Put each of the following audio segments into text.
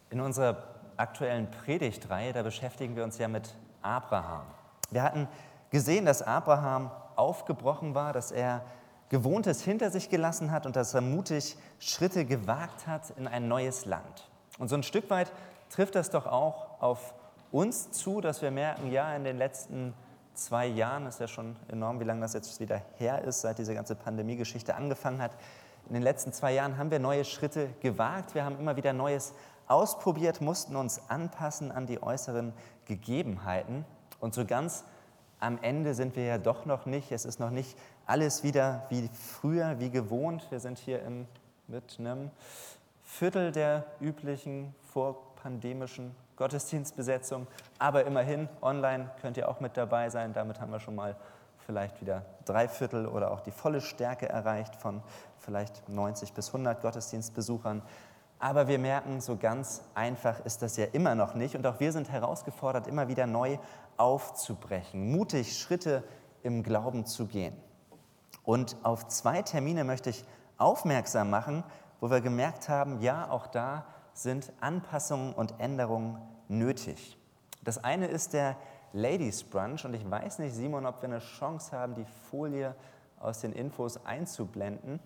In unserer aktuellen Predigtreihe, da beschäftigen wir uns ja mit Abraham. Wir hatten gesehen, dass Abraham aufgebrochen war, dass er Gewohntes hinter sich gelassen hat und dass er mutig Schritte gewagt hat in ein neues Land. Und so ein Stück weit trifft das doch auch auf uns zu, dass wir merken, ja, in den letzten 2 Jahren, ist ja schon enorm, wie lange das jetzt wieder her ist, seit diese ganze Pandemie-Geschichte angefangen hat, in den letzten 2 Jahren haben wir neue Schritte gewagt, wir haben immer wieder Neues ausprobiert, mussten uns anpassen an die äußeren Gegebenheiten und so ganz am Ende sind wir ja doch noch nicht. Es ist noch nicht alles wieder wie früher, wie gewohnt. Wir sind hier mit einem Viertel der üblichen vorpandemischen Gottesdienstbesetzung, aber immerhin online könnt ihr auch mit dabei sein. Damit haben wir schon mal vielleicht wieder 3/4 oder auch die volle Stärke erreicht von vielleicht 90 bis 100 Gottesdienstbesuchern. Aber wir merken, so ganz einfach ist das ja immer noch nicht. Und auch wir sind herausgefordert, immer wieder neu aufzubrechen, mutig Schritte im Glauben zu gehen. Und auf 2 Termine möchte ich aufmerksam machen, wo wir gemerkt haben, ja, auch da sind Anpassungen und Änderungen nötig. Das eine ist der Ladies Brunch. Und ich weiß nicht, Simon, ob wir eine Chance haben, die Folie aus den Infos einzublenden.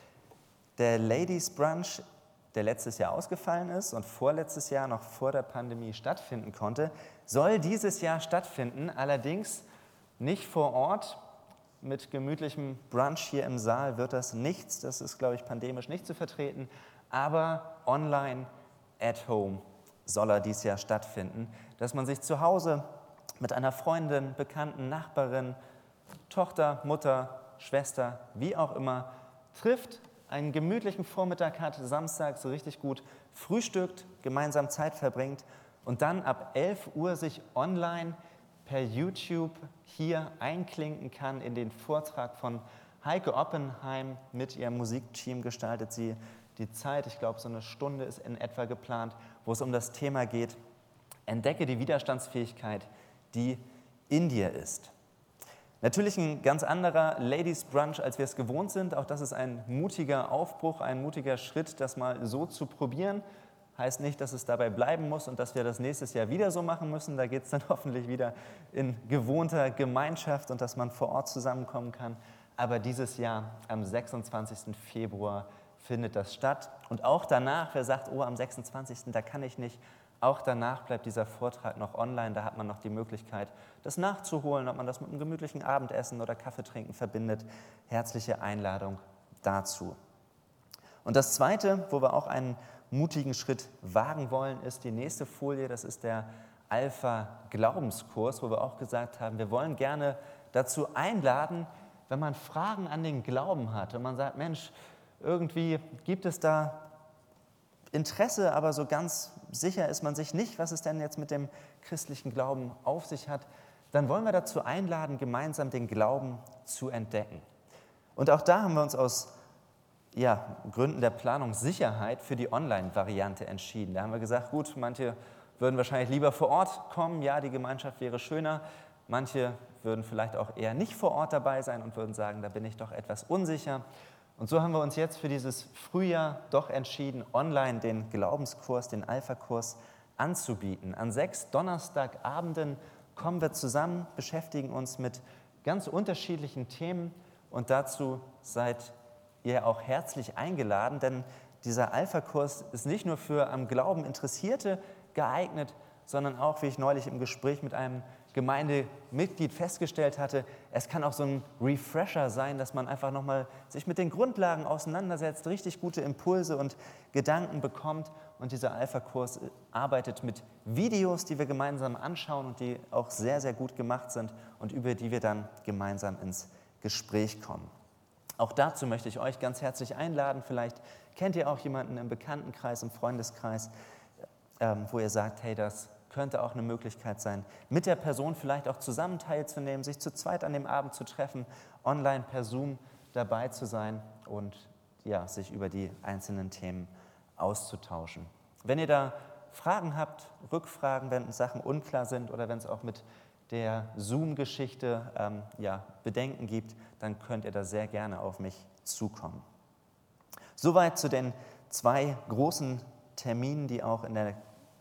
Der Ladies Brunch, der letztes Jahr ausgefallen ist und vorletztes Jahr noch vor der Pandemie stattfinden konnte, soll dieses Jahr stattfinden, allerdings nicht vor Ort. Mit gemütlichem Brunch hier im Saal wird das nichts, das ist, glaube ich, pandemisch nicht zu vertreten, aber online, at home soll er dieses Jahr stattfinden, dass man sich zu Hause mit einer Freundin, Bekannten, Nachbarin, Tochter, Mutter, Schwester, wie auch immer, trifft, einen gemütlichen Vormittag hat, Samstag so richtig gut frühstückt, gemeinsam Zeit verbringt und dann ab 11 Uhr sich online per YouTube hier einklinken kann in den Vortrag von Heike Oppenheim. Mit ihrem Musikteam gestaltet sie die Zeit, ich glaube so eine Stunde ist in etwa geplant, wo es um das Thema geht, entdecke die Widerstandsfähigkeit, die in dir ist. Natürlich ein ganz anderer Ladies Brunch, als wir es gewohnt sind. Auch das ist ein mutiger Aufbruch, ein mutiger Schritt, das mal so zu probieren. Heißt nicht, dass es dabei bleiben muss und dass wir das nächstes Jahr wieder so machen müssen. Da geht es dann hoffentlich wieder in gewohnter Gemeinschaft und dass man vor Ort zusammenkommen kann. Aber dieses Jahr, am 26. Februar, findet das statt. Und auch danach, wer sagt, oh, am 26., da kann ich nicht, auch danach bleibt dieser Vortrag noch online, da hat man noch die Möglichkeit, das nachzuholen, ob man das mit einem gemütlichen Abendessen oder Kaffeetrinken verbindet. Herzliche Einladung dazu. Und das Zweite, wo wir auch einen mutigen Schritt wagen wollen, ist die nächste Folie, das ist der Alpha-Glaubenskurs, wo wir auch gesagt haben, wir wollen gerne dazu einladen, wenn man Fragen an den Glauben hat und man sagt, Mensch, irgendwie gibt es da Interesse, aber so ganz sicher ist man sich nicht, was es denn jetzt mit dem christlichen Glauben auf sich hat, dann wollen wir dazu einladen, gemeinsam den Glauben zu entdecken. Und auch da haben wir uns aus Gründen der Planungssicherheit für die Online-Variante entschieden. Da haben wir gesagt, gut, manche würden wahrscheinlich lieber vor Ort kommen, ja, die Gemeinschaft wäre schöner. Manche würden vielleicht auch eher nicht vor Ort dabei sein und würden sagen, da bin ich doch etwas unsicher. Und so haben wir uns jetzt für dieses Frühjahr doch entschieden, online den Glaubenskurs, den Alpha-Kurs anzubieten. An 6 Donnerstagabenden kommen wir zusammen, beschäftigen uns mit ganz unterschiedlichen Themen und dazu seid ihr auch herzlich eingeladen, denn dieser Alpha-Kurs ist nicht nur für am Glauben Interessierte geeignet, sondern auch, wie ich neulich im Gespräch mit einem Gemeindemitglied festgestellt hatte, es kann auch so ein Refresher sein, dass man einfach nochmal sich mit den Grundlagen auseinandersetzt, richtig gute Impulse und Gedanken bekommt. Und dieser Alpha-Kurs arbeitet mit Videos, die wir gemeinsam anschauen und die auch sehr, sehr gut gemacht sind und über die wir dann gemeinsam ins Gespräch kommen. Auch dazu möchte ich euch ganz herzlich einladen. Vielleicht kennt ihr auch jemanden im Bekanntenkreis, im Freundeskreis, wo ihr sagt, hey, das könnte auch eine Möglichkeit sein, mit der Person vielleicht auch zusammen teilzunehmen, sich zu zweit an dem Abend zu treffen, online per Zoom dabei zu sein und sich über die einzelnen Themen auszutauschen. Wenn ihr da Fragen habt, Rückfragen, wenn Sachen unklar sind oder wenn es auch mit der Zoom-Geschichte Bedenken gibt, dann könnt ihr da sehr gerne auf mich zukommen. Soweit zu den 2 großen Terminen, die auch in der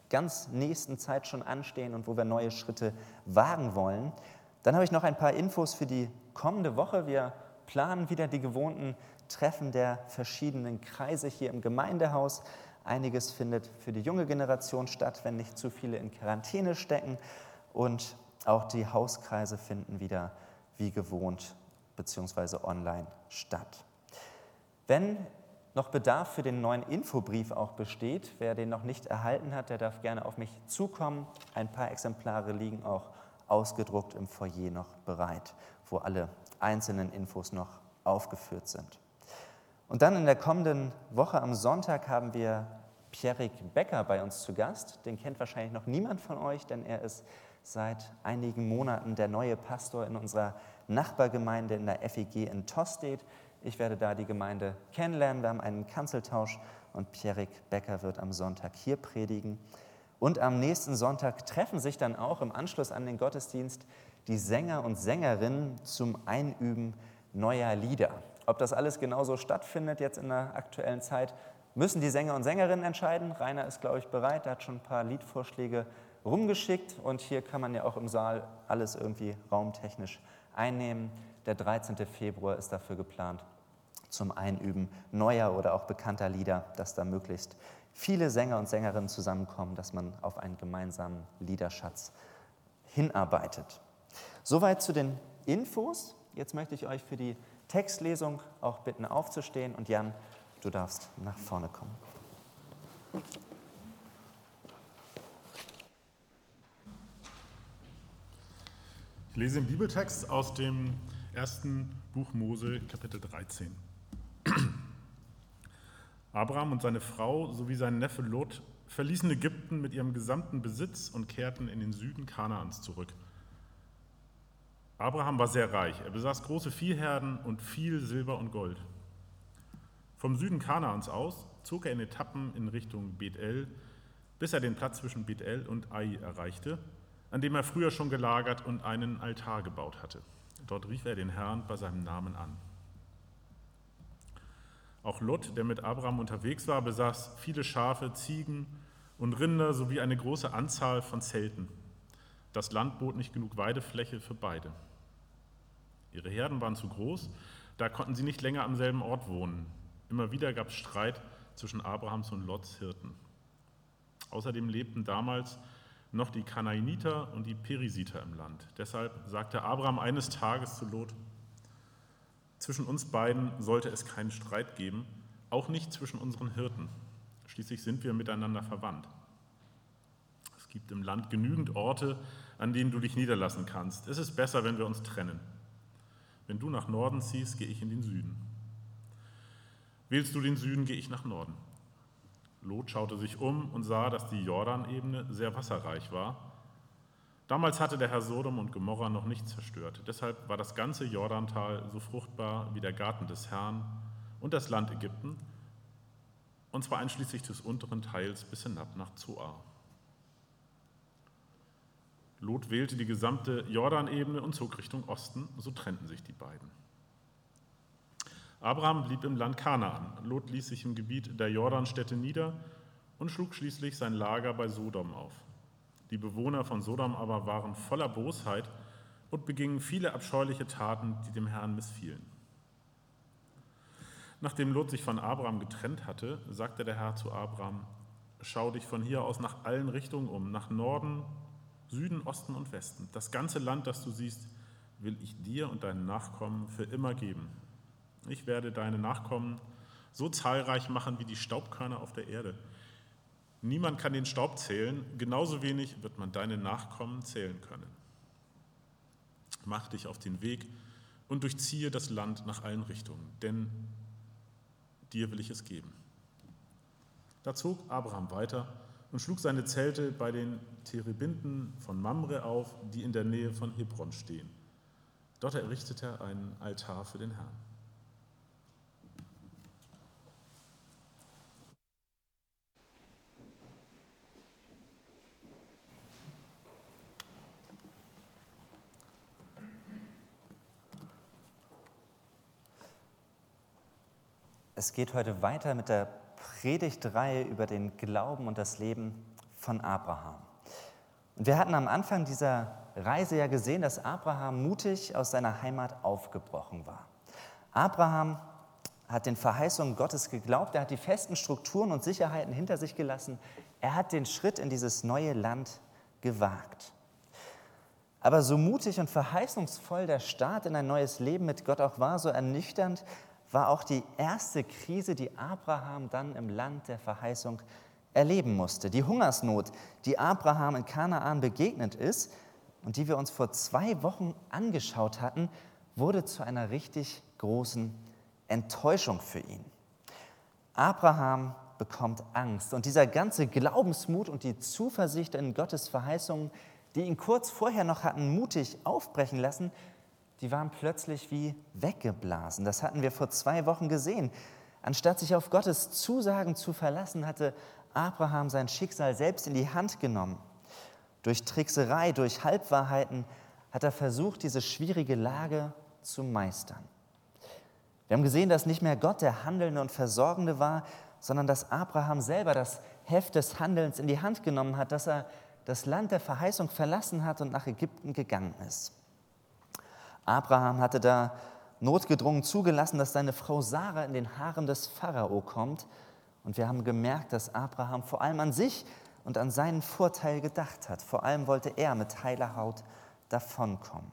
ganz nächsten Zeit schon anstehen und wo wir neue Schritte wagen wollen. Dann habe ich noch ein paar Infos für die kommende Woche. Wir planen wieder die gewohnten Treffen der verschiedenen Kreise hier im Gemeindehaus. Einiges findet für die junge Generation statt, wenn nicht zu viele in Quarantäne stecken. Und auch die Hauskreise finden wieder wie gewohnt bzw. online statt. Wenn noch Bedarf für den neuen Infobrief auch besteht, wer den noch nicht erhalten hat, der darf gerne auf mich zukommen. Ein paar Exemplare liegen auch ausgedruckt im Foyer noch bereit, wo alle einzelnen Infos noch aufgeführt sind. Und dann in der kommenden Woche am Sonntag haben wir Pierrick Becker bei uns zu Gast. Den kennt wahrscheinlich noch niemand von euch, denn er ist seit einigen Monaten der neue Pastor in unserer Nachbargemeinde in der FEG in Tostedt. Ich werde da die Gemeinde kennenlernen. Wir haben einen Kanzeltausch und Pierrick Becker wird am Sonntag hier predigen. Und am nächsten Sonntag treffen sich dann auch im Anschluss an den Gottesdienst die Sänger und Sängerinnen zum Einüben neuer Lieder. Ob das alles genauso stattfindet jetzt in der aktuellen Zeit, müssen die Sänger und Sängerinnen entscheiden. Rainer ist, glaube ich, bereit, er hat schon ein paar Liedvorschläge rumgeschickt und hier kann man ja auch im Saal alles irgendwie raumtechnisch einnehmen. Der 13. Februar ist dafür geplant zum Einüben neuer oder auch bekannter Lieder, dass da möglichst viele Sänger und Sängerinnen zusammenkommen, dass man auf einen gemeinsamen Liederschatz hinarbeitet. Soweit zu den Infos. Jetzt möchte ich euch für die Textlesung auch bitten, aufzustehen. Und Jan, du darfst nach vorne kommen. Ich lese den Bibeltext aus dem ersten Buch Mose, Kapitel 13. Abraham und seine Frau sowie sein Neffe Lot verließen Ägypten mit ihrem gesamten Besitz und kehrten in den Süden Kanaans zurück. Abraham war sehr reich, er besaß große Viehherden und viel Silber und Gold. Vom Süden Kanaans aus zog er in Etappen in Richtung Bethel, bis er den Platz zwischen Bethel und Ai erreichte, an dem er früher schon gelagert und einen Altar gebaut hatte. Dort rief er den Herrn bei seinem Namen an. Auch Lot, der mit Abraham unterwegs war, besaß viele Schafe, Ziegen und Rinder sowie eine große Anzahl von Zelten. Das Land bot nicht genug Weidefläche für beide. Ihre Herden waren zu groß, da konnten sie nicht länger am selben Ort wohnen. Immer wieder gab es Streit zwischen Abrahams und Lots Hirten. Außerdem lebten damals noch die Kanaaniter und die Perisiter im Land. Deshalb sagte Abraham eines Tages zu Lot: Zwischen uns beiden sollte es keinen Streit geben, auch nicht zwischen unseren Hirten. Schließlich sind wir miteinander verwandt. Es gibt im Land genügend Orte, an denen du dich niederlassen kannst. Es ist besser, wenn wir uns trennen. Wenn du nach Norden ziehst, gehe ich in den Süden. Wählst du den Süden, gehe ich nach Norden. Lot schaute sich um und sah, dass die Jordanebene sehr wasserreich war. Damals hatte der Herr Sodom und Gomorra noch nicht zerstört. Deshalb war das ganze Jordantal so fruchtbar wie der Garten des Herrn und das Land Ägypten, und zwar einschließlich des unteren Teils bis hinab nach Zoar. Lot wählte die gesamte Jordanebene und zog Richtung Osten, so trennten sich die beiden. Abraham blieb im Land Kanaan. Lot ließ sich im Gebiet der Jordanstädte nieder und schlug schließlich sein Lager bei Sodom auf. Die Bewohner von Sodom aber waren voller Bosheit und begingen viele abscheuliche Taten, die dem Herrn missfielen. Nachdem Lot sich von Abraham getrennt hatte, sagte der Herr zu Abraham: Schau dich von hier aus nach allen Richtungen um, nach Norden, Süden, Osten und Westen. Das ganze Land, das du siehst, will ich dir und deinen Nachkommen für immer geben. Ich werde deine Nachkommen so zahlreich machen wie die Staubkörner auf der Erde. Niemand kann den Staub zählen, genauso wenig wird man deine Nachkommen zählen können. Mach dich auf den Weg und durchziehe das Land nach allen Richtungen, denn dir will ich es geben. Da zog Abraham weiter und schlug seine Zelte bei den Terebinden von Mamre auf, die in der Nähe von Hebron stehen. Dort errichtete er einen Altar für den Herrn. Es geht heute weiter mit der Predigtreihe über den Glauben und das Leben von Abraham. Und wir hatten am Anfang dieser Reise ja gesehen, dass Abraham mutig aus seiner Heimat aufgebrochen war. Abraham hat den Verheißungen Gottes geglaubt, er hat die festen Strukturen und Sicherheiten hinter sich gelassen, er hat den Schritt in dieses neue Land gewagt. Aber so mutig und verheißungsvoll der Start in ein neues Leben mit Gott auch war, so ernüchternd war auch die erste Krise, die Abraham dann im Land der Verheißung erleben musste. Die Hungersnot, die Abraham in Kanaan begegnet ist und die wir uns vor 2 Wochen angeschaut hatten, wurde zu einer richtig großen Enttäuschung für ihn. Abraham bekommt Angst und dieser ganze Glaubensmut und die Zuversicht in Gottes Verheißungen, die ihn kurz vorher noch hatten mutig aufbrechen lassen, die waren plötzlich wie weggeblasen. Das hatten wir vor 2 Wochen gesehen. Anstatt sich auf Gottes Zusagen zu verlassen, hatte Abraham sein Schicksal selbst in die Hand genommen. Durch Trickserei, durch Halbwahrheiten hat er versucht, diese schwierige Lage zu meistern. Wir haben gesehen, dass nicht mehr Gott der Handelnde und Versorgende war, sondern dass Abraham selber das Heft des Handelns in die Hand genommen hat, dass er das Land der Verheißung verlassen hat und nach Ägypten gegangen ist. Abraham hatte da notgedrungen zugelassen, dass seine Frau Sarah in den Harem des Pharao kommt. Und wir haben gemerkt, dass Abraham vor allem an sich und an seinen Vorteil gedacht hat. Vor allem wollte er mit heiler Haut davonkommen.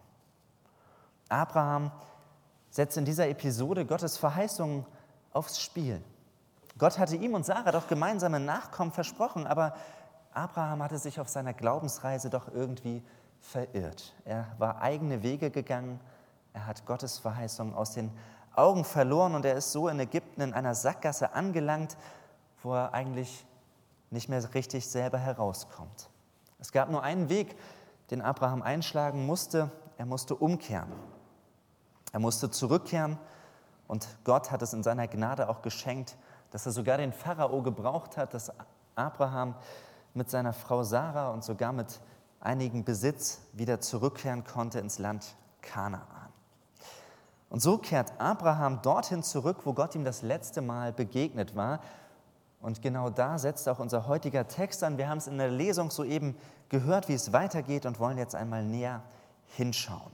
Abraham setzt in dieser Episode Gottes Verheißungen aufs Spiel. Gott hatte ihm und Sarah doch gemeinsame Nachkommen versprochen, aber Abraham hatte sich auf seiner Glaubensreise doch irgendwie verirrt. Er war eigene Wege gegangen, er hat Gottes Verheißungen aus den Augen verloren und er ist so in Ägypten in einer Sackgasse angelangt, wo er eigentlich nicht mehr richtig selber herauskommt. Es gab nur einen Weg, den Abraham einschlagen musste, er musste umkehren. Er musste zurückkehren und Gott hat es in seiner Gnade auch geschenkt, dass er sogar den Pharao gebraucht hat, dass Abraham mit seiner Frau Sarah und sogar mit einigem Besitz wieder zurückkehren konnte ins Land Kanaan. Und so kehrt Abraham dorthin zurück, wo Gott ihm das letzte Mal begegnet war. Und genau da setzt auch unser heutiger Text an. Wir haben es in der Lesung soeben gehört, wie es weitergeht und wollen jetzt einmal näher hinschauen.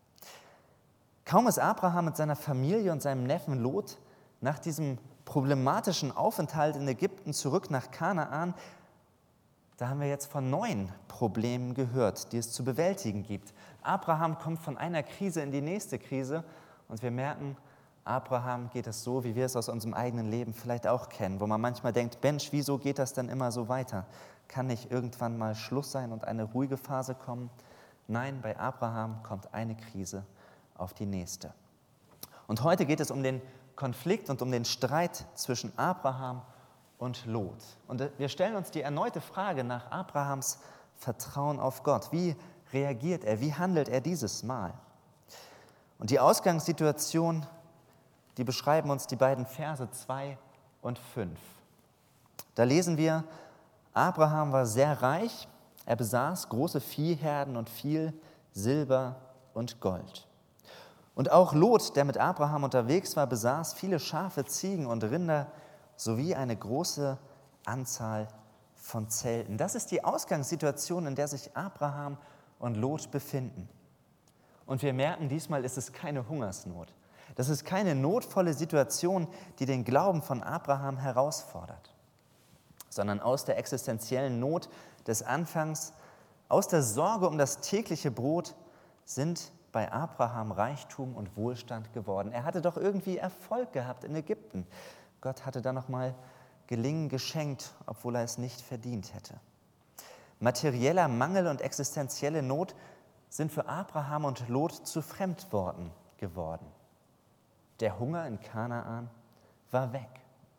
Kaum ist Abraham mit seiner Familie und seinem Neffen Lot nach diesem problematischen Aufenthalt in Ägypten zurück nach Kanaan, da haben wir jetzt von neuen Problemen gehört, die es zu bewältigen gibt. Abraham kommt von einer Krise in die nächste Krise und wir merken, Abraham geht es so, wie wir es aus unserem eigenen Leben vielleicht auch kennen, wo man manchmal denkt, Mensch, wieso geht das denn immer so weiter? Kann nicht irgendwann mal Schluss sein und eine ruhige Phase kommen? Nein, bei Abraham kommt eine Krise auf die nächste. Und heute geht es um den Konflikt und um den Streit zwischen Abraham und Lot. Und wir stellen uns die erneute Frage nach Abrahams Vertrauen auf Gott. Wie reagiert er? Wie handelt er dieses Mal? Und die Ausgangssituation, die beschreiben uns die beiden Verse 2 und 5. Da lesen wir, Abraham war sehr reich, er besaß große Viehherden und viel Silber und Gold. Und auch Lot, der mit Abraham unterwegs war, besaß viele Schafe, Ziegen und Rinder sowie eine große Anzahl von Zelten. Das ist die Ausgangssituation, in der sich Abraham und Lot befinden. Und wir merken, diesmal ist es keine Hungersnot. Das ist keine notvolle Situation, die den Glauben von Abraham herausfordert, sondern aus der existenziellen Not des Anfangs, aus der Sorge um das tägliche Brot sind bei Abraham Reichtum und Wohlstand geworden. Er hatte doch irgendwie Erfolg gehabt in Ägypten. Gott hatte da nochmal Gelingen geschenkt, obwohl er es nicht verdient hätte. Materieller Mangel und existenzielle Not sind für Abraham und Lot zu Fremdworten geworden. Der Hunger in Kanaan war weg.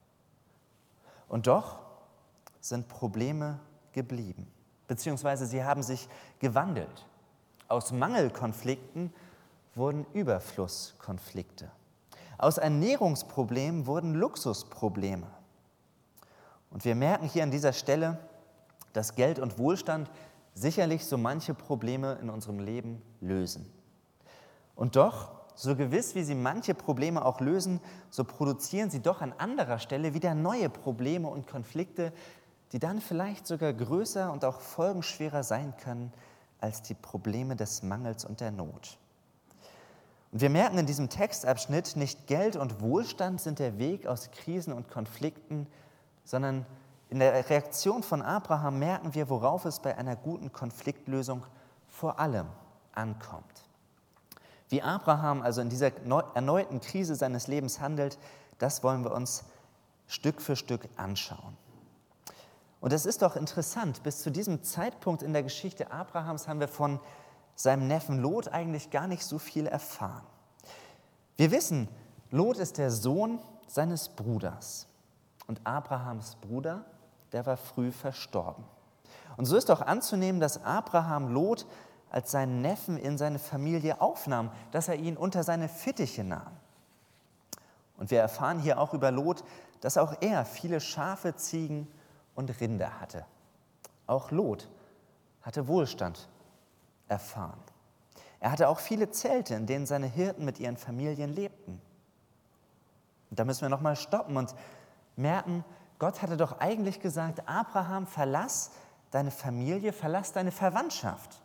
Und doch sind Probleme geblieben, beziehungsweise sie haben sich gewandelt. Aus Mangelkonflikten wurden Überflusskonflikte. Aus Ernährungsproblemen wurden Luxusprobleme. Und wir merken hier an dieser Stelle, dass Geld und Wohlstand sicherlich so manche Probleme in unserem Leben lösen. Und doch, so gewiss wie sie manche Probleme auch lösen, so produzieren sie doch an anderer Stelle wieder neue Probleme und Konflikte, die dann vielleicht sogar größer und auch folgenschwerer sein können als die Probleme des Mangels und der Not. Und wir merken in diesem Textabschnitt, nicht Geld und Wohlstand sind der Weg aus Krisen und Konflikten, sondern in der Reaktion von Abraham merken wir, worauf es bei einer guten Konfliktlösung vor allem ankommt. Wie Abraham also in dieser erneuten Krise seines Lebens handelt, das wollen wir uns Stück für Stück anschauen. Und es ist doch interessant, bis zu diesem Zeitpunkt in der Geschichte Abrahams haben wir von seinem Neffen Lot eigentlich gar nicht so viel erfahren. Wir wissen, Lot ist der Sohn seines Bruders. Und Abrahams Bruder, der war früh verstorben. Und so ist auch anzunehmen, dass Abraham Lot als seinen Neffen in seine Familie aufnahm, dass er ihn unter seine Fittiche nahm. Und wir erfahren hier auch über Lot, dass auch er viele Schafe, Ziegen und Rinder hatte. Auch Lot hatte Wohlstand erfahren. Er hatte auch viele Zelte, in denen seine Hirten mit ihren Familien lebten. Und da müssen wir nochmal stoppen und merken, Gott hatte doch eigentlich gesagt, Abraham, verlass deine Familie, verlass deine Verwandtschaft.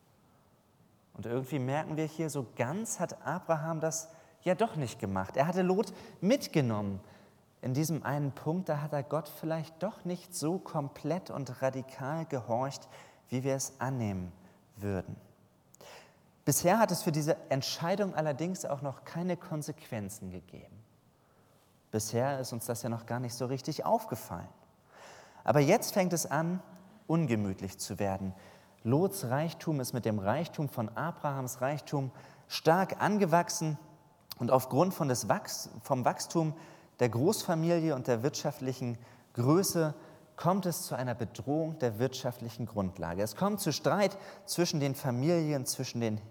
Und irgendwie merken wir hier, so ganz hat Abraham das ja doch nicht gemacht. Er hatte Lot mitgenommen. In diesem einen Punkt, da hat er Gott vielleicht doch nicht so komplett und radikal gehorcht, wie wir es annehmen würden. Bisher hat es für diese Entscheidung allerdings auch noch keine Konsequenzen gegeben. Bisher ist uns das ja noch gar nicht so richtig aufgefallen. Aber jetzt fängt es an, ungemütlich zu werden. Lots Reichtum ist mit dem Reichtum von Abrahams Reichtum stark angewachsen und aufgrund vom Wachstum der Großfamilie und der wirtschaftlichen Größe kommt es zu einer Bedrohung der wirtschaftlichen Grundlage. Es kommt zu Streit zwischen den Familien, zwischen den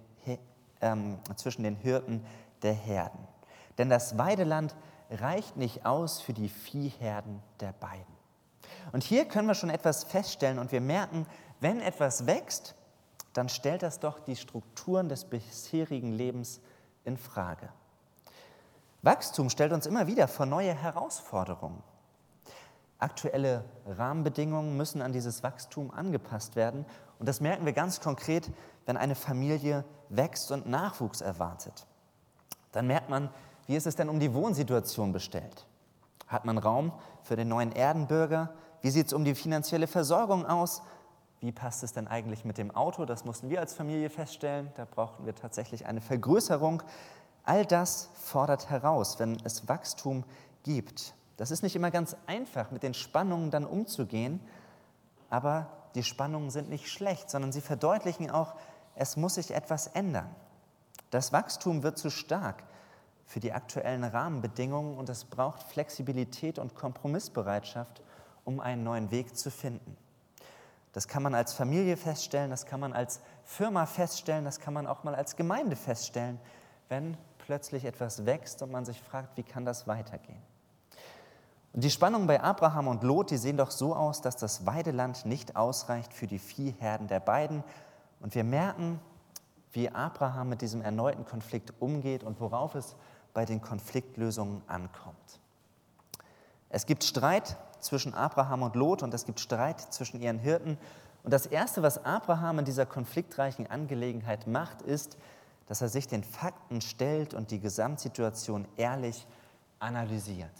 Hirten der Herden. Denn das Weideland reicht nicht aus für die Viehherden der beiden. Und hier können wir schon etwas feststellen und wir merken, wenn etwas wächst, dann stellt das doch die Strukturen des bisherigen Lebens in Frage. Wachstum stellt uns immer wieder vor neue Herausforderungen. Aktuelle Rahmenbedingungen müssen an dieses Wachstum angepasst werden. Und das merken wir ganz konkret, wenn eine Familie wächst und Nachwuchs erwartet. Dann merkt man, wie ist es denn um die Wohnsituation bestellt? Hat man Raum für den neuen Erdenbürger? Wie sieht es um die finanzielle Versorgung aus? Wie passt es denn eigentlich mit dem Auto? Das mussten wir als Familie feststellen. Da brauchten wir tatsächlich eine Vergrößerung. All das fordert heraus, wenn es Wachstum gibt. Das ist nicht immer ganz einfach, mit den Spannungen dann umzugehen, aber die Spannungen sind nicht schlecht, sondern sie verdeutlichen auch, es muss sich etwas ändern. Das Wachstum wird zu stark für die aktuellen Rahmenbedingungen und es braucht Flexibilität und Kompromissbereitschaft, um einen neuen Weg zu finden. Das kann man als Familie feststellen, das kann man als Firma feststellen, das kann man auch mal als Gemeinde feststellen, wenn plötzlich etwas wächst und man sich fragt, wie kann das weitergehen? Und die Spannungen bei Abraham und Lot, die sehen doch so aus, dass das Weideland nicht ausreicht für die Viehherden der beiden. Und wir merken, wie Abraham mit diesem erneuten Konflikt umgeht und worauf es bei den Konfliktlösungen ankommt. Es gibt Streit zwischen Abraham und Lot und es gibt Streit zwischen ihren Hirten. Und das Erste, was Abraham in dieser konfliktreichen Angelegenheit macht, ist, dass er sich den Fakten stellt und die Gesamtsituation ehrlich analysiert.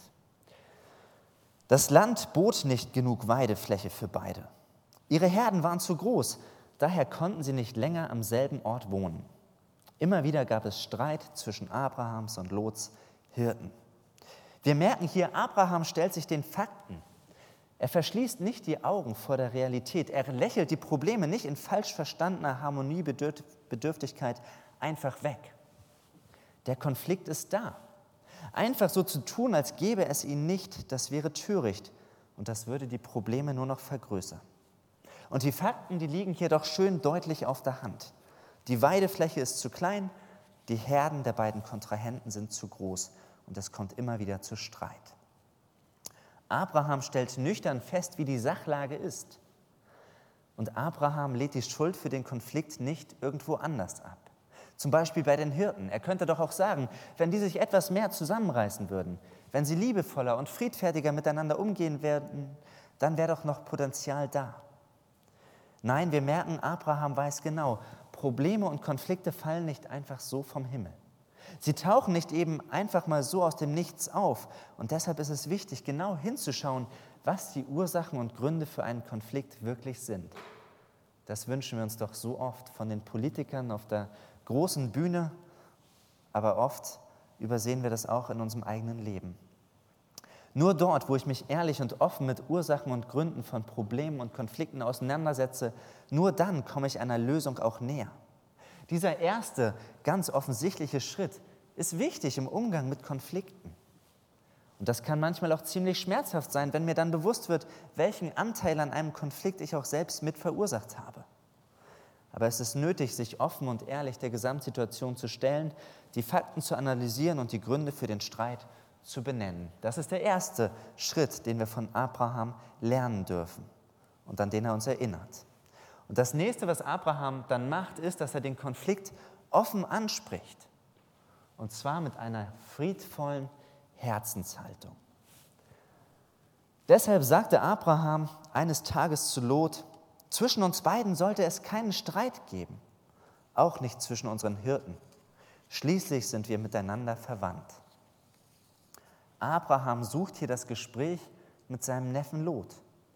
Das Land bot nicht genug Weidefläche für beide. Ihre Herden waren zu groß, daher konnten sie nicht länger am selben Ort wohnen. Immer wieder gab es Streit zwischen Abrahams und Lots Hirten. Wir merken hier, Abraham stellt sich den Fakten. Er verschließt nicht die Augen vor der Realität. Er lächelt die Probleme nicht in falsch verstandener Harmoniebedürftigkeit einfach weg. Der Konflikt ist da. Einfach so zu tun, als gäbe es ihn nicht, das wäre töricht und das würde die Probleme nur noch vergrößern. Und die Fakten, die liegen hier doch schön deutlich auf der Hand. Die Weidefläche ist zu klein, die Herden der beiden Kontrahenten sind zu groß und es kommt immer wieder zu Streit. Abraham stellt nüchtern fest, wie die Sachlage ist. Und Abraham lädt die Schuld für den Konflikt nicht irgendwo anders ab. Zum Beispiel bei den Hirten. Er könnte doch auch sagen, wenn die sich etwas mehr zusammenreißen würden, wenn sie liebevoller und friedfertiger miteinander umgehen werden, dann wäre doch noch Potenzial da. Nein, wir merken, Abraham weiß genau, Probleme und Konflikte fallen nicht einfach so vom Himmel. Sie tauchen nicht eben einfach mal so aus dem Nichts auf. Und deshalb ist es wichtig, genau hinzuschauen, was die Ursachen und Gründe für einen Konflikt wirklich sind. Das wünschen wir uns doch so oft von den Politikern auf der großen Bühne, aber oft übersehen wir das auch in unserem eigenen Leben. Nur dort, wo ich mich ehrlich und offen mit Ursachen und Gründen von Problemen und Konflikten auseinandersetze, nur dann komme ich einer Lösung auch näher. Dieser erste, ganz offensichtliche Schritt ist wichtig im Umgang mit Konflikten. Und das kann manchmal auch ziemlich schmerzhaft sein, wenn mir dann bewusst wird, welchen Anteil an einem Konflikt ich auch selbst mit verursacht habe. Aber es ist nötig, sich offen und ehrlich der Gesamtsituation zu stellen, die Fakten zu analysieren und die Gründe für den Streit zu benennen. Das ist der erste Schritt, den wir von Abraham lernen dürfen und an den er uns erinnert. Und das nächste, was Abraham dann macht, ist, dass er den Konflikt offen anspricht. Und zwar mit einer friedvollen Herzenshaltung. Deshalb sagte Abraham eines Tages zu Lot: Zwischen uns beiden sollte es keinen Streit geben, auch nicht zwischen unseren Hirten. Schließlich sind wir miteinander verwandt. Abraham sucht hier das Gespräch mit seinem Neffen Lot.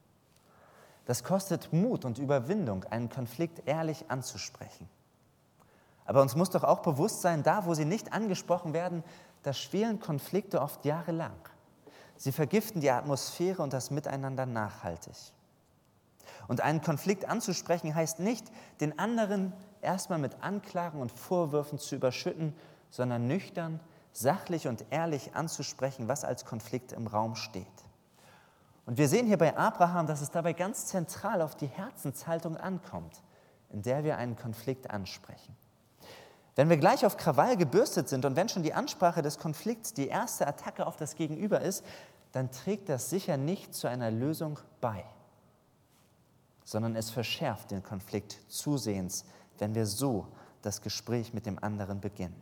Das kostet Mut und Überwindung, einen Konflikt ehrlich anzusprechen. Aber uns muss doch auch bewusst sein, da wo sie nicht angesprochen werden, da schwelen Konflikte oft jahrelang. Sie vergiften die Atmosphäre und das Miteinander nachhaltig. Und einen Konflikt anzusprechen heißt nicht, den anderen erstmal mit Anklagen und Vorwürfen zu überschütten, sondern nüchtern, sachlich und ehrlich anzusprechen, was als Konflikt im Raum steht. Und wir sehen hier bei Abraham, dass es dabei ganz zentral auf die Herzenshaltung ankommt, in der wir einen Konflikt ansprechen. Wenn wir gleich auf Krawall gebürstet sind und wenn schon die Ansprache des Konflikts die erste Attacke auf das Gegenüber ist, dann trägt das sicher nicht zu einer Lösung bei, sondern es verschärft den Konflikt zusehends, wenn wir so das Gespräch mit dem anderen beginnen.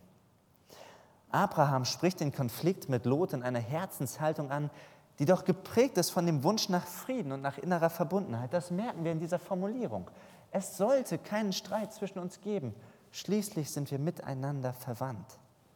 Abraham spricht den Konflikt mit Lot in einer Herzenshaltung an, die doch geprägt ist von dem Wunsch nach Frieden und nach innerer Verbundenheit. Das merken wir in dieser Formulierung. Es sollte keinen Streit zwischen uns geben. Schließlich sind wir miteinander verwandt.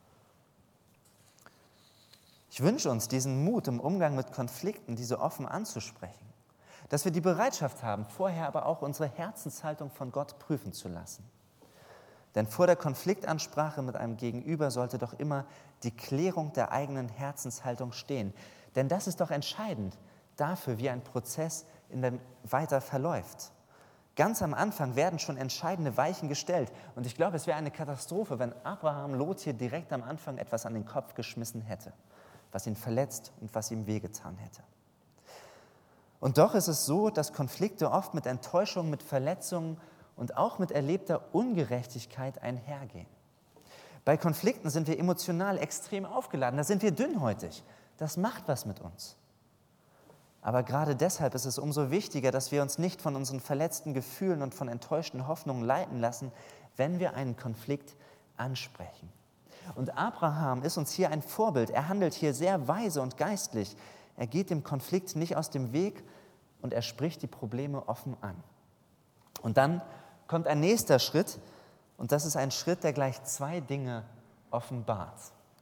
Ich wünsche uns diesen Mut im Umgang mit Konflikten, diese offen anzusprechen. Dass wir die Bereitschaft haben, vorher aber auch unsere Herzenshaltung von Gott prüfen zu lassen. Denn vor der Konfliktansprache mit einem Gegenüber sollte doch immer die Klärung der eigenen Herzenshaltung stehen. Denn das ist doch entscheidend dafür, wie ein Prozess weiter verläuft. Ganz am Anfang werden schon entscheidende Weichen gestellt. Und ich glaube, es wäre eine Katastrophe, wenn Abraham Lot hier direkt am Anfang etwas an den Kopf geschmissen hätte, was ihn verletzt und was ihm wehgetan hätte. Und doch ist es so, dass Konflikte oft mit Enttäuschung, mit Verletzungen und auch mit erlebter Ungerechtigkeit einhergehen. Bei Konflikten sind wir emotional extrem aufgeladen, da sind wir dünnhäutig. Das macht was mit uns. Aber gerade deshalb ist es umso wichtiger, dass wir uns nicht von unseren verletzten Gefühlen und von enttäuschten Hoffnungen leiten lassen, wenn wir einen Konflikt ansprechen. Und Abraham ist uns hier ein Vorbild. Er handelt hier sehr weise und geistlich. Er geht dem Konflikt nicht aus dem Weg und er spricht die Probleme offen an. Und dann kommt ein nächster Schritt und das ist ein Schritt, der gleich zwei Dinge offenbart.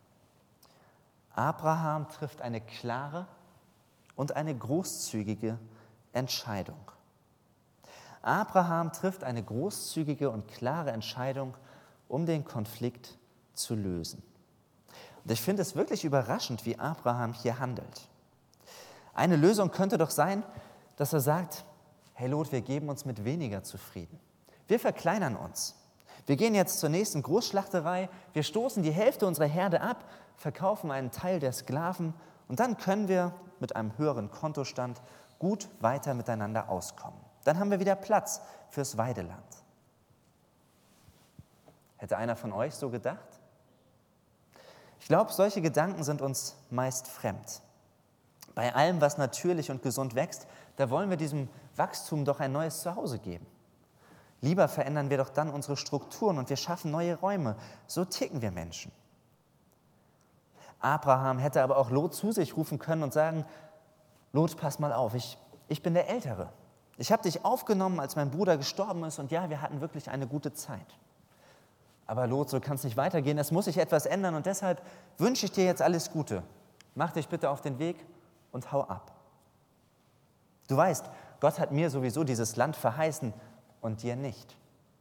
Abraham trifft eine klare und eine großzügige Entscheidung. Abraham trifft eine großzügige und klare Entscheidung, um den Konflikt zu lösen. Und ich finde es wirklich überraschend, wie Abraham hier handelt. Eine Lösung könnte doch sein, dass er sagt: Hey Lot, wir geben uns mit weniger zufrieden. Wir verkleinern uns. Wir gehen jetzt zur nächsten Großschlachterei, wir stoßen die Hälfte unserer Herde ab, verkaufen einen Teil der Sklaven und dann können wir mit einem höheren Kontostand gut weiter miteinander auskommen. Dann haben wir wieder Platz fürs Weideland. Hätte einer von euch so gedacht? Ich glaube, solche Gedanken sind uns meist fremd. Bei allem, was natürlich und gesund wächst, da wollen wir diesem Wachstum doch ein neues Zuhause geben. Lieber verändern wir doch dann unsere Strukturen und wir schaffen neue Räume. So ticken wir Menschen. Abraham hätte aber auch Lot zu sich rufen können und sagen: Lot, pass mal auf, ich ich bin der Ältere. Ich habe dich aufgenommen, als mein Bruder gestorben ist und ja, wir hatten wirklich eine gute Zeit. Aber Lot, so kann es nicht weitergehen, es muss sich etwas ändern und deshalb wünsche ich dir jetzt alles Gute. Mach dich bitte auf den Weg und hau ab. Du weißt, Gott hat mir sowieso dieses Land verheißen und dir nicht.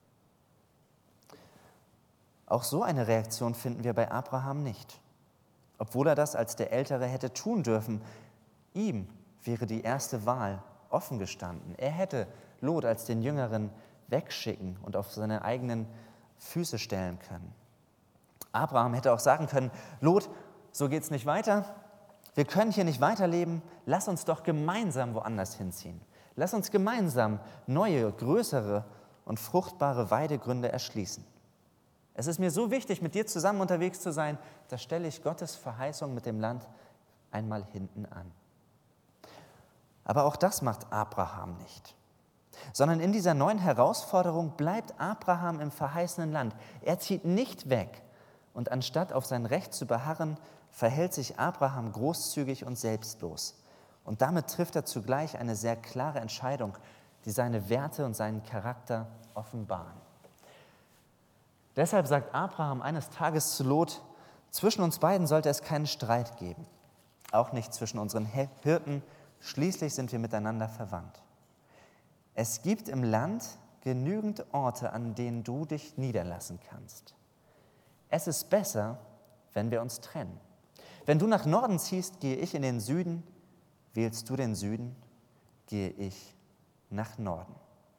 Auch so eine Reaktion finden wir bei Abraham nicht. Obwohl er das als der Ältere hätte tun dürfen, ihm wäre die erste Wahl offen gestanden. Er hätte Lot als den Jüngeren wegschicken und auf seine eigenen Füße stellen können. Abraham hätte auch sagen können, Lot, so geht's nicht weiter, wir können hier nicht weiterleben, lass uns doch gemeinsam woanders hinziehen. Lass uns gemeinsam neue, größere und fruchtbare Weidegründe erschließen. Es ist mir so wichtig, mit dir zusammen unterwegs zu sein, da stelle ich Gottes Verheißung mit dem Land einmal hinten an. Aber auch das macht Abraham nicht, sondern in dieser neuen Herausforderung bleibt Abraham im verheißenen Land. Er zieht nicht weg und anstatt auf sein Recht zu beharren, verhält sich Abraham großzügig und selbstlos. Und damit trifft er zugleich eine sehr klare Entscheidung, die seine Werte und seinen Charakter offenbaren. Deshalb sagt Abraham eines Tages zu Lot, zwischen uns beiden sollte es keinen Streit geben, auch nicht zwischen unseren Hirten, schließlich sind wir miteinander verwandt. Es gibt im Land genügend Orte, an denen du dich niederlassen kannst. Es ist besser, wenn wir uns trennen. Wenn du nach Norden ziehst, gehe ich in den Süden, wählst du den Süden, gehe ich nach Norden.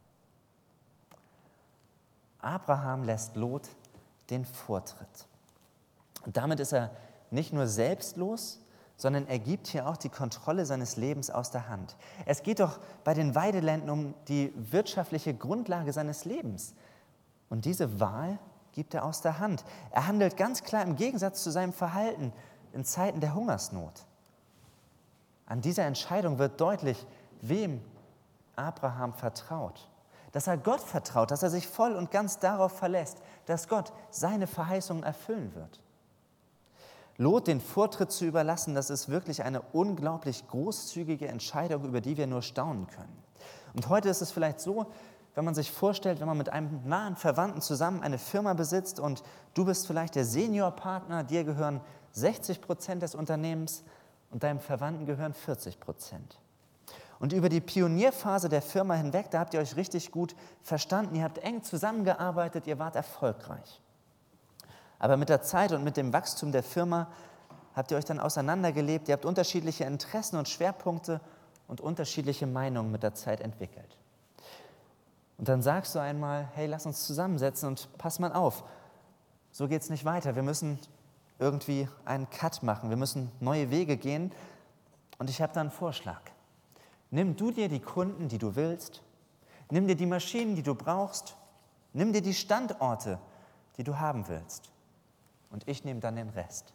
Abraham lässt Lot den Vortritt. Und damit ist er nicht nur selbstlos, sondern er gibt hier auch die Kontrolle seines Lebens aus der Hand. Es geht doch bei den Weideländern um die wirtschaftliche Grundlage seines Lebens. Und diese Wahl gibt er aus der Hand. Er handelt ganz klar im Gegensatz zu seinem Verhalten in Zeiten der Hungersnot. An dieser Entscheidung wird deutlich, wem Abraham vertraut. Dass er Gott vertraut, dass er sich voll und ganz darauf verlässt, dass Gott seine Verheißungen erfüllen wird. Lot den Vortritt zu überlassen, das ist wirklich eine unglaublich großzügige Entscheidung, über die wir nur staunen können. Und heute ist es vielleicht so, wenn man sich vorstellt, wenn man mit einem nahen Verwandten zusammen eine Firma besitzt und du bist vielleicht der Seniorpartner, dir gehören 60% des Unternehmens und deinem Verwandten gehören 40%. Und über die Pionierphase der Firma hinweg, da habt ihr euch richtig gut verstanden, ihr habt eng zusammengearbeitet, ihr wart erfolgreich. Aber mit der Zeit und mit dem Wachstum der Firma habt ihr euch dann auseinandergelebt, ihr habt unterschiedliche Interessen und Schwerpunkte und unterschiedliche Meinungen mit der Zeit entwickelt. Und dann sagst du einmal, hey, lass uns zusammensetzen und pass mal auf, so geht es nicht weiter, wir müssen irgendwie einen Cut machen, wir müssen neue Wege gehen und ich habe da einen Vorschlag. Nimm du dir die Kunden, die du willst, nimm dir die Maschinen, die du brauchst, nimm dir die Standorte, die du haben willst. Und ich nehme dann den Rest.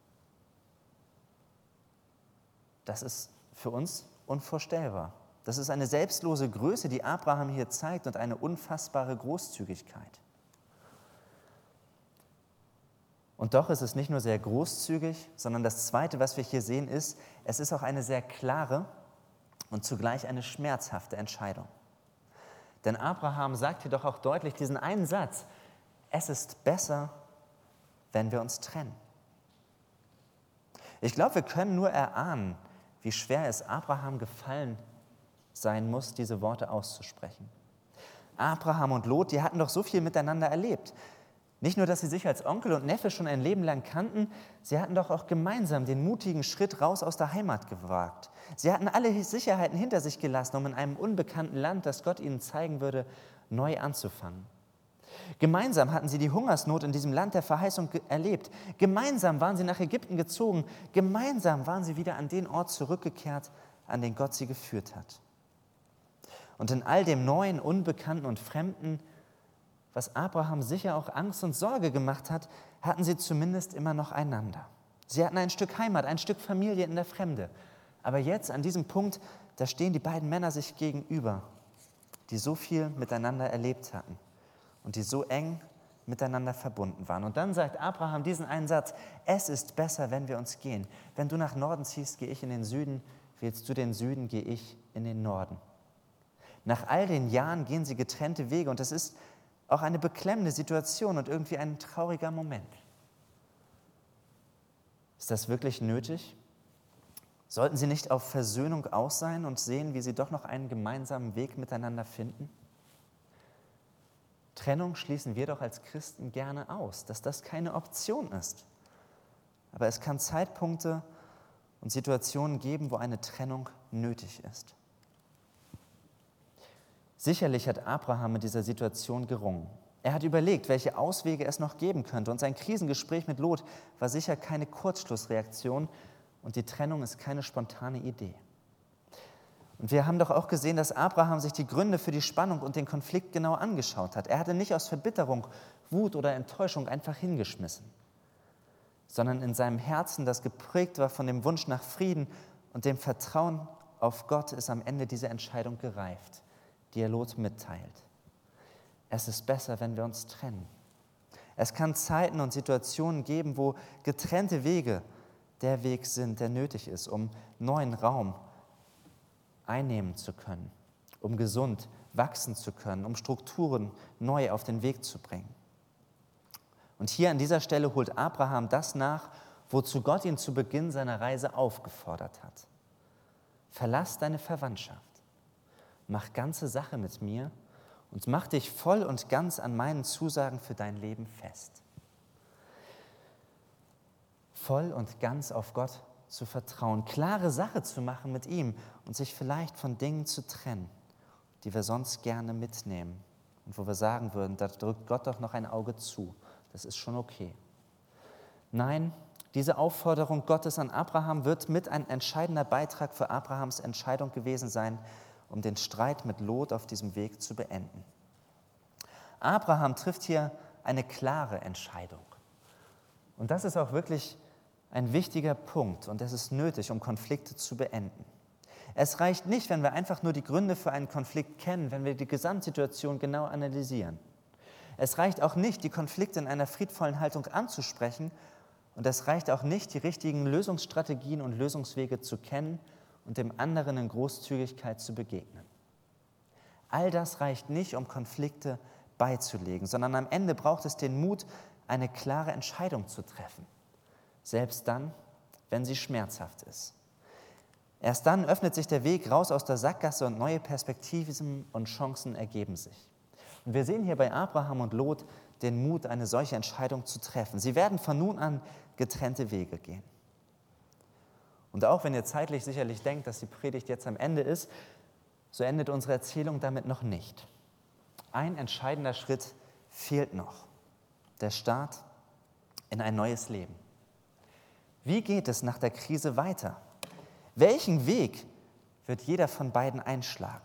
Das ist für uns unvorstellbar. Das ist eine selbstlose Größe, die Abraham hier zeigt und eine unfassbare Großzügigkeit. Und doch ist es nicht nur sehr großzügig, sondern das Zweite, was wir hier sehen, ist, es ist auch eine sehr klare und zugleich eine schmerzhafte Entscheidung. Denn Abraham sagt hier doch auch deutlich diesen einen Satz, es ist besser, wenn wir uns trennen. Ich glaube, wir können nur erahnen, wie schwer es Abraham gefallen sein muss, diese Worte auszusprechen. Abraham und Lot, die hatten doch so viel miteinander erlebt. Nicht nur, dass sie sich als Onkel und Neffe schon ein Leben lang kannten, sie hatten doch auch gemeinsam den mutigen Schritt raus aus der Heimat gewagt. Sie hatten alle Sicherheiten hinter sich gelassen, um in einem unbekannten Land, das Gott ihnen zeigen würde, neu anzufangen. Gemeinsam hatten sie die Hungersnot in diesem Land der Verheißung erlebt. Gemeinsam waren sie nach Ägypten gezogen. Gemeinsam waren sie wieder an den Ort zurückgekehrt, an den Gott sie geführt hat. Und in all dem Neuen, Unbekannten und Fremden, was Abraham sicher auch Angst und Sorge gemacht hat, hatten sie zumindest immer noch einander. Sie hatten ein Stück Heimat, ein Stück Familie in der Fremde. Aber jetzt, an diesem Punkt, da stehen die beiden Männer sich gegenüber, die so viel miteinander erlebt hatten und die so eng miteinander verbunden waren. Und dann sagt Abraham diesen einen Satz, es ist besser, wenn wir uns gehen. Wenn du nach Norden ziehst, gehe ich in den Süden, wählst du den Süden, gehe ich in den Norden. Nach all den Jahren gehen sie getrennte Wege und das ist auch eine beklemmende Situation und irgendwie ein trauriger Moment. Ist das wirklich nötig? Sollten sie nicht auf Versöhnung aus sein und sehen, wie sie doch noch einen gemeinsamen Weg miteinander finden? Trennung schließen wir doch als Christen gerne aus, dass das keine Option ist. Aber es kann Zeitpunkte und Situationen geben, wo eine Trennung nötig ist. Sicherlich hat Abraham mit dieser Situation gerungen. Er hat überlegt, welche Auswege es noch geben könnte. Und sein Krisengespräch mit Lot war sicher keine Kurzschlussreaktion und die Trennung ist keine spontane Idee. Und wir haben doch auch gesehen, dass Abraham sich die Gründe für die Spannung und den Konflikt genau angeschaut hat. Er hatte nicht aus Verbitterung, Wut oder Enttäuschung einfach hingeschmissen, sondern in seinem Herzen, das geprägt war von dem Wunsch nach Frieden und dem Vertrauen auf Gott, ist am Ende diese Entscheidung gereift, die er Lot mitteilt. Es ist besser, wenn wir uns trennen. Es kann Zeiten und Situationen geben, wo getrennte Wege der Weg sind, der nötig ist, um neuen Raum einnehmen zu können, um gesund wachsen zu können, um Strukturen neu auf den Weg zu bringen. Und hier an dieser Stelle holt Abraham das nach, wozu Gott ihn zu Beginn seiner Reise aufgefordert hat. Verlass deine Verwandtschaft, mach ganze Sache mit mir und mach dich voll und ganz an meinen Zusagen für dein Leben fest. Voll und ganz auf Gott zu vertrauen, klare Sache zu machen mit ihm und sich vielleicht von Dingen zu trennen, die wir sonst gerne mitnehmen und wo wir sagen würden, da drückt Gott doch noch ein Auge zu, das ist schon okay. Nein, diese Aufforderung Gottes an Abraham wird mit ein entscheidender Beitrag für Abrahams Entscheidung gewesen sein, um den Streit mit Lot auf diesem Weg zu beenden. Abraham trifft hier eine klare Entscheidung. Und das ist auch wirklich ein wichtiger Punkt und das ist nötig, um Konflikte zu beenden. Es reicht nicht, wenn wir einfach nur die Gründe für einen Konflikt kennen, wenn wir die Gesamtsituation genau analysieren. Es reicht auch nicht, die Konflikte in einer friedvollen Haltung anzusprechen und es reicht auch nicht, die richtigen Lösungsstrategien und Lösungswege zu kennen und dem anderen in Großzügigkeit zu begegnen. All das reicht nicht, um Konflikte beizulegen, sondern am Ende braucht es den Mut, eine klare Entscheidung zu treffen. Selbst dann, wenn sie schmerzhaft ist. Erst dann öffnet sich der Weg raus aus der Sackgasse und neue Perspektiven und Chancen ergeben sich. Und wir sehen hier bei Abraham und Lot den Mut, eine solche Entscheidung zu treffen. Sie werden von nun an getrennte Wege gehen. Und auch wenn ihr zeitlich sicherlich denkt, dass die Predigt jetzt am Ende ist, so endet unsere Erzählung damit noch nicht. Ein entscheidender Schritt fehlt noch. Der Start in ein neues Leben. Wie geht es nach der Krise weiter? Welchen Weg wird jeder von beiden einschlagen?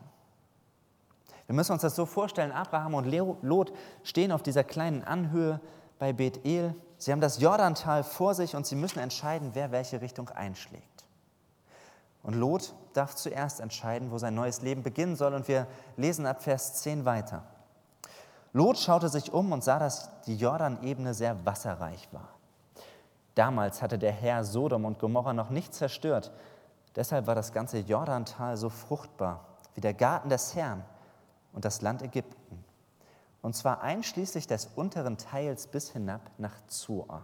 Wir müssen uns das so vorstellen, Abraham und Lot stehen auf dieser kleinen Anhöhe bei Bethel. Sie haben das Jordantal vor sich und sie müssen entscheiden, wer welche Richtung einschlägt. Und Lot darf zuerst entscheiden, wo sein neues Leben beginnen soll und wir lesen ab Vers 10 weiter. Lot schaute sich um und sah, dass die Jordanebene sehr wasserreich war. Damals hatte der Herr Sodom und Gomorra noch nicht zerstört. Deshalb war das ganze Jordantal so fruchtbar wie der Garten des Herrn und das Land Ägypten. Und zwar einschließlich des unteren Teils bis hinab nach Zoar.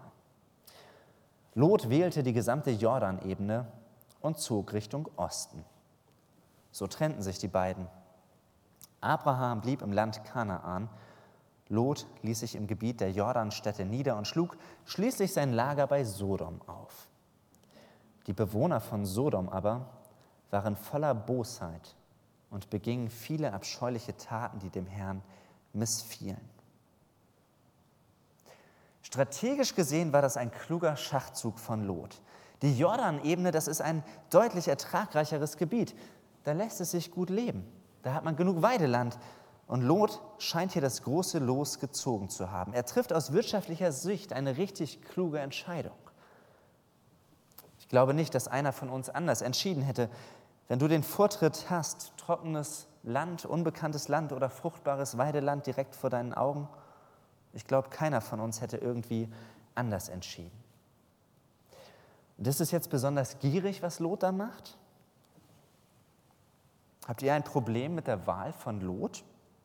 Lot wählte die gesamte Jordanebene und zog Richtung Osten. So trennten sich die beiden. Abraham blieb im Land Kanaan. Lot ließ sich im Gebiet der Jordanstädte nieder und schlug schließlich sein Lager bei Sodom auf. Die Bewohner von Sodom aber waren voller Bosheit und begingen viele abscheuliche Taten, die dem Herrn missfielen. Strategisch gesehen war das ein kluger Schachzug von Lot. Die Jordanebene, das ist ein deutlich ertragreicheres Gebiet. Da lässt es sich gut leben. Da hat man genug Weideland. Und Lot scheint hier das große Los gezogen zu haben. Er trifft aus wirtschaftlicher Sicht eine richtig kluge Entscheidung. Ich glaube nicht, dass einer von uns anders entschieden hätte. Wenn du den Vortritt hast, trockenes Land, unbekanntes Land oder fruchtbares Weideland direkt vor deinen Augen, ich glaube, keiner von uns hätte irgendwie anders entschieden. Und ist es jetzt besonders gierig, was Lot da macht? Habt ihr ein Problem mit der Wahl von Lot?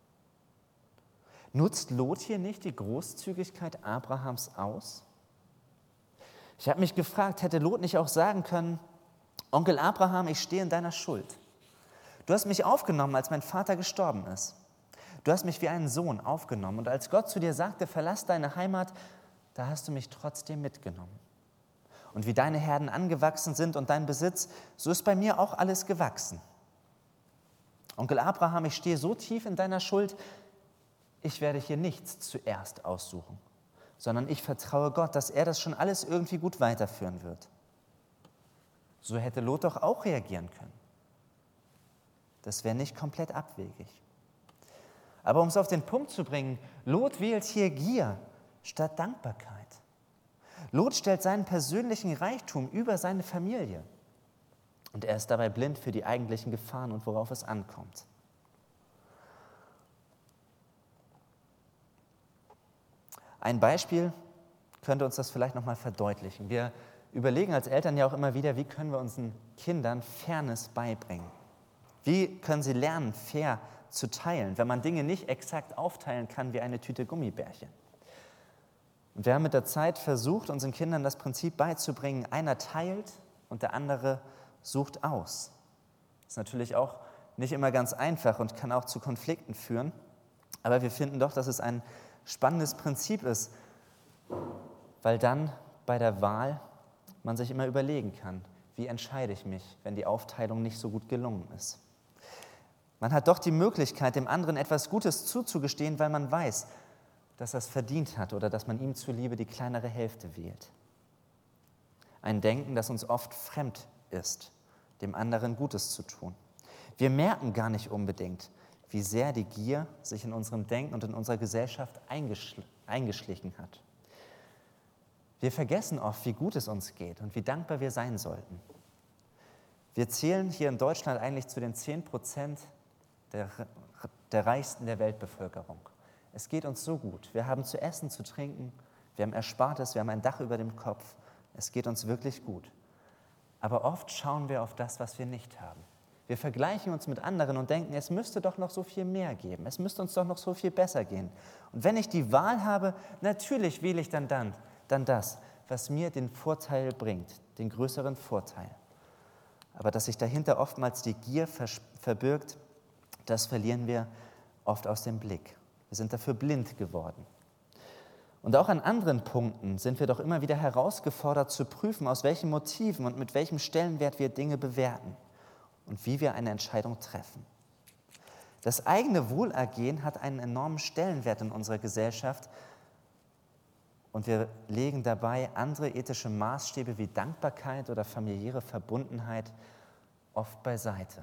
Nutzt Lot hier nicht die Großzügigkeit Abrahams aus? Ich habe mich gefragt, hätte Lot nicht auch sagen können, Onkel Abraham, ich stehe in deiner Schuld. Du hast mich aufgenommen, als mein Vater gestorben ist. Du hast mich wie einen Sohn aufgenommen und als Gott zu dir sagte, verlass deine Heimat, da hast du mich trotzdem mitgenommen. Und wie deine Herden angewachsen sind und dein Besitz, so ist bei mir auch alles gewachsen. Onkel Abraham, ich stehe so tief in deiner Schuld, ich werde hier nichts zuerst aussuchen, sondern ich vertraue Gott, dass er das schon alles irgendwie gut weiterführen wird. So hätte Lot doch auch reagieren können. Das wäre nicht komplett abwegig. Aber um es auf den Punkt zu bringen, Lot wählt hier Gier statt Dankbarkeit. Lot stellt seinen persönlichen Reichtum über seine Familie. Und er ist dabei blind für die eigentlichen Gefahren und worauf es ankommt. Ein Beispiel könnte uns das vielleicht nochmal verdeutlichen. Wir überlegen als Eltern ja auch immer wieder, wie können wir unseren Kindern Fairness beibringen? Wie können sie lernen, fair zu teilen, wenn man Dinge nicht exakt aufteilen kann wie eine Tüte Gummibärchen? Und wir haben mit der Zeit versucht, unseren Kindern das Prinzip beizubringen, einer teilt und der andere sucht aus. Das ist natürlich auch nicht immer ganz einfach und kann auch zu Konflikten führen, aber wir finden doch, dass es ein spannendes Prinzip ist, weil dann bei der Wahl man sich immer überlegen kann, wie entscheide ich mich, wenn die Aufteilung nicht so gut gelungen ist. Man hat doch die Möglichkeit, dem anderen etwas Gutes zuzugestehen, weil man weiß, dass er es verdient hat oder dass man ihm zuliebe die kleinere Hälfte wählt. Ein Denken, das uns oft fremd ist, dem anderen Gutes zu tun. Wir merken gar nicht unbedingt, wie sehr die Gier sich in unserem Denken und in unserer Gesellschaft eingeschlichen hat. Wir vergessen oft, wie gut es uns geht und wie dankbar wir sein sollten. Wir zählen hier in Deutschland eigentlich zu den 10% der Reichsten der Weltbevölkerung. Es geht uns so gut. Wir haben zu essen, zu trinken, wir haben Erspartes, wir haben ein Dach über dem Kopf. Es geht uns wirklich gut. Aber oft schauen wir auf das, was wir nicht haben. Wir vergleichen uns mit anderen und denken, es müsste doch noch so viel mehr geben. Es müsste uns doch noch so viel besser gehen. Und wenn ich die Wahl habe, natürlich wähle ich dann das, was mir den Vorteil bringt, den größeren Vorteil. Aber dass sich dahinter oftmals die Gier verbirgt, das verlieren wir oft aus dem Blick. Wir sind dafür blind geworden. Und auch an anderen Punkten sind wir doch immer wieder herausgefordert zu prüfen, aus welchen Motiven und mit welchem Stellenwert wir Dinge bewerten und wie wir eine Entscheidung treffen. Das eigene Wohlergehen hat einen enormen Stellenwert in unserer Gesellschaft und wir legen dabei andere ethische Maßstäbe wie Dankbarkeit oder familiäre Verbundenheit oft beiseite.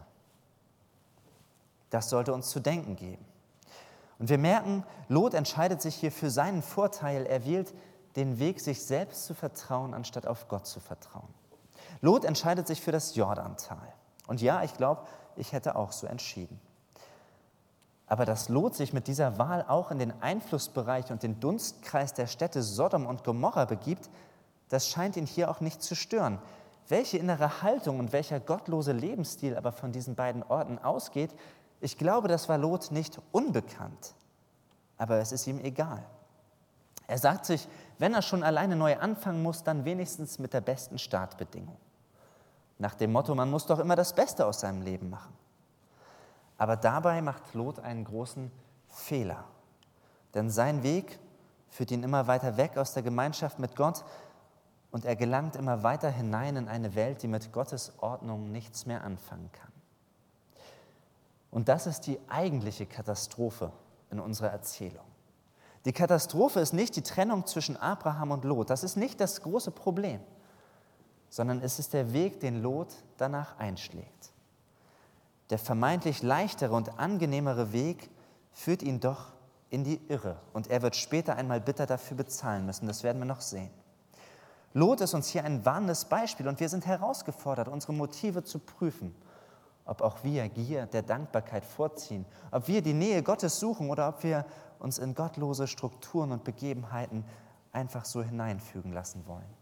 Das sollte uns zu denken geben. Und wir merken, Lot entscheidet sich hier für seinen Vorteil. Er wählt den Weg, sich selbst zu vertrauen, anstatt auf Gott zu vertrauen. Lot entscheidet sich für das Jordantal. Und ja, ich glaube, ich hätte auch so entschieden. Aber dass Lot sich mit dieser Wahl auch in den Einflussbereich und den Dunstkreis der Städte Sodom und Gomorra begibt, das scheint ihn hier auch nicht zu stören. Welche innere Haltung und welcher gottlose Lebensstil aber von diesen beiden Orten ausgeht, ich glaube, das war Lot nicht unbekannt, aber es ist ihm egal. Er sagt sich, wenn er schon alleine neu anfangen muss, dann wenigstens mit der besten Startbedingung. Nach dem Motto, man muss doch immer das Beste aus seinem Leben machen. Aber dabei macht Lot einen großen Fehler, denn sein Weg führt ihn immer weiter weg aus der Gemeinschaft mit Gott und er gelangt immer weiter hinein in eine Welt, die mit Gottes Ordnung nichts mehr anfangen kann. Und das ist die eigentliche Katastrophe in unserer Erzählung. Die Katastrophe ist nicht die Trennung zwischen Abraham und Lot. Das ist nicht das große Problem, sondern es ist der Weg, den Lot danach einschlägt. Der vermeintlich leichtere und angenehmere Weg führt ihn doch in die Irre. Und er wird später einmal bitter dafür bezahlen müssen. Das werden wir noch sehen. Lot ist uns hier ein warnendes Beispiel und wir sind herausgefordert, unsere Motive zu prüfen. Ob auch wir Gier der Dankbarkeit vorziehen, ob wir die Nähe Gottes suchen oder ob wir uns in gottlose Strukturen und Begebenheiten einfach so hineinfügen lassen wollen.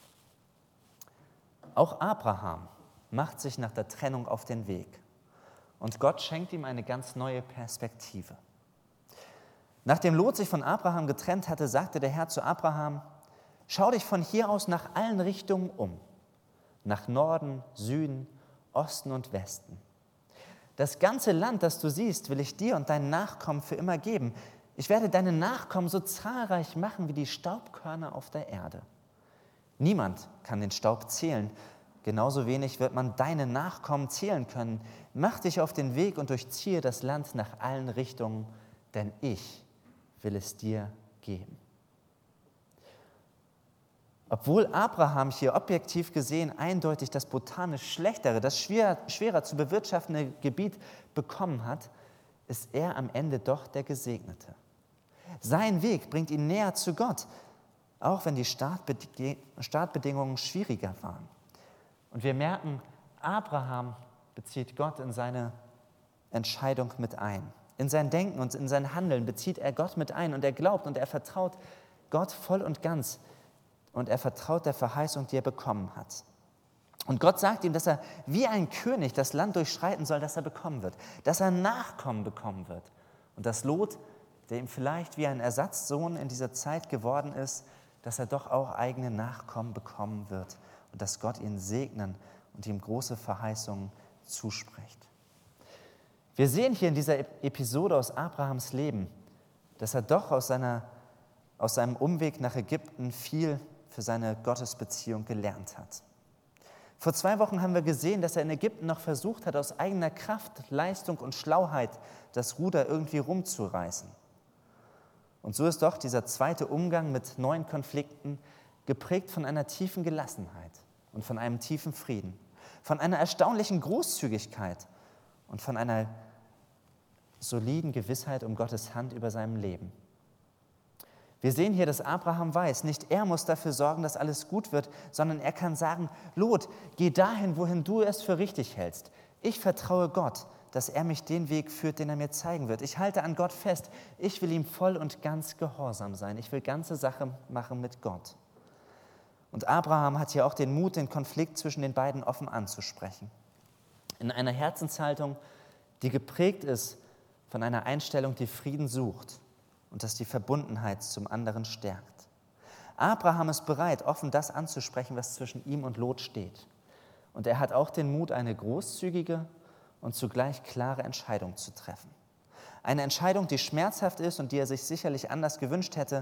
Auch Abraham macht sich nach der Trennung auf den Weg. Und Gott schenkt ihm eine ganz neue Perspektive. Nachdem Lot sich von Abraham getrennt hatte, sagte der Herr zu Abraham: Schau dich von hier aus nach allen Richtungen um, nach Norden, Süden, Osten und Westen. Das ganze Land, das du siehst, will ich dir und deinen Nachkommen für immer geben. Ich werde deine Nachkommen so zahlreich machen wie die Staubkörner auf der Erde. Niemand kann den Staub zählen, genauso wenig wird man deine Nachkommen zählen können. Mach dich auf den Weg und durchziehe das Land nach allen Richtungen, denn ich will es dir geben. Obwohl Abraham hier objektiv gesehen eindeutig das botanisch schlechtere, das schwerer zu bewirtschaftende Gebiet bekommen hat, ist er am Ende doch der Gesegnete. Sein Weg bringt ihn näher zu Gott, auch wenn die Startbedingungen schwieriger waren. Und wir merken, Abraham bezieht Gott in seine Entscheidung mit ein. In sein Denken und in sein Handeln bezieht er Gott mit ein und er glaubt und er vertraut Gott voll und ganz. Und er vertraut der Verheißung, die er bekommen hat. Und Gott sagt ihm, dass er wie ein König das Land durchschreiten soll, das er bekommen wird. Dass er Nachkommen bekommen wird. Und dass Lot, der ihm vielleicht wie ein Ersatzsohn in dieser Zeit geworden ist, dass er doch auch eigene Nachkommen bekommen wird. Und dass Gott ihn segnen und ihm große Verheißungen zuspricht. Wir sehen hier in dieser Episode aus Abrahams Leben, dass er doch aus seinem Umweg nach Ägypten viel für seine Gottesbeziehung gelernt hat. Vor 2 Wochen haben wir gesehen, dass er in Ägypten noch versucht hat, aus eigener Kraft, Leistung und Schlauheit das Ruder irgendwie rumzureißen. Und so ist doch dieser zweite Umgang mit neuen Konflikten geprägt von einer tiefen Gelassenheit und von einem tiefen Frieden, von einer erstaunlichen Großzügigkeit und von einer soliden Gewissheit um Gottes Hand über seinem Leben. Wir sehen hier, dass Abraham weiß, nicht er muss dafür sorgen, dass alles gut wird, sondern er kann sagen: Lot, geh dahin, wohin du es für richtig hältst. Ich vertraue Gott, dass er mich den Weg führt, den er mir zeigen wird. Ich halte an Gott fest. Ich will ihm voll und ganz gehorsam sein. Ich will ganze Sache machen mit Gott. Und Abraham hat hier auch den Mut, den Konflikt zwischen den beiden offen anzusprechen. In einer Herzenshaltung, die geprägt ist von einer Einstellung, die Frieden sucht und das die Verbundenheit zum anderen stärkt. Abraham ist bereit, offen das anzusprechen, was zwischen ihm und Lot steht. Und er hat auch den Mut, eine großzügige und zugleich klare Entscheidung zu treffen. Eine Entscheidung, die schmerzhaft ist und die er sich sicherlich anders gewünscht hätte.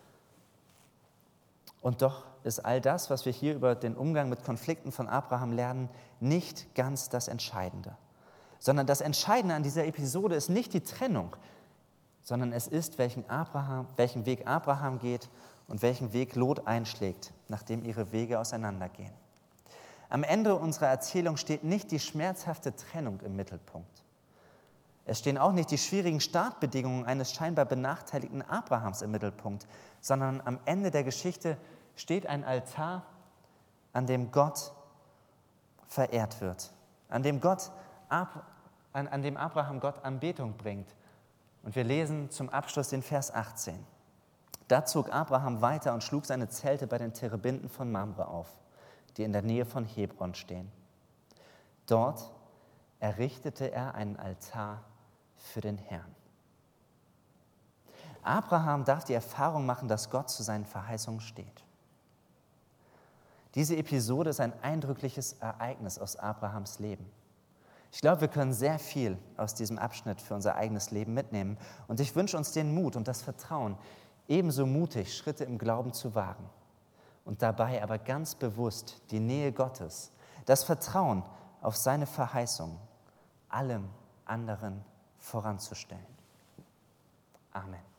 Und doch ist all das, was wir hier über den Umgang mit Konflikten von Abraham lernen, nicht ganz das Entscheidende. Sondern das Entscheidende an dieser Episode ist nicht die Trennung, sondern es ist, welchen Weg Abraham geht und welchen Weg Lot einschlägt, nachdem ihre Wege auseinandergehen. Am Ende unserer Erzählung steht nicht die schmerzhafte Trennung im Mittelpunkt. Es stehen auch nicht die schwierigen Startbedingungen eines scheinbar benachteiligten Abrahams im Mittelpunkt, sondern am Ende der Geschichte steht ein Altar, an dem Gott verehrt wird, an dem Abraham Gott Anbetung bringt. Und wir lesen zum Abschluss den Vers 18. Da zog Abraham weiter und schlug seine Zelte bei den Terebinden von Mamre auf, die in der Nähe von Hebron stehen. Dort errichtete er einen Altar für den Herrn. Abraham darf die Erfahrung machen, dass Gott zu seinen Verheißungen steht. Diese Episode ist ein eindrückliches Ereignis aus Abrahams Leben. Ich glaube, wir können sehr viel aus diesem Abschnitt für unser eigenes Leben mitnehmen. Und ich wünsche uns den Mut und das Vertrauen, ebenso mutig Schritte im Glauben zu wagen. Und dabei aber ganz bewusst die Nähe Gottes, das Vertrauen auf seine Verheißung, allem anderen voranzustellen. Amen.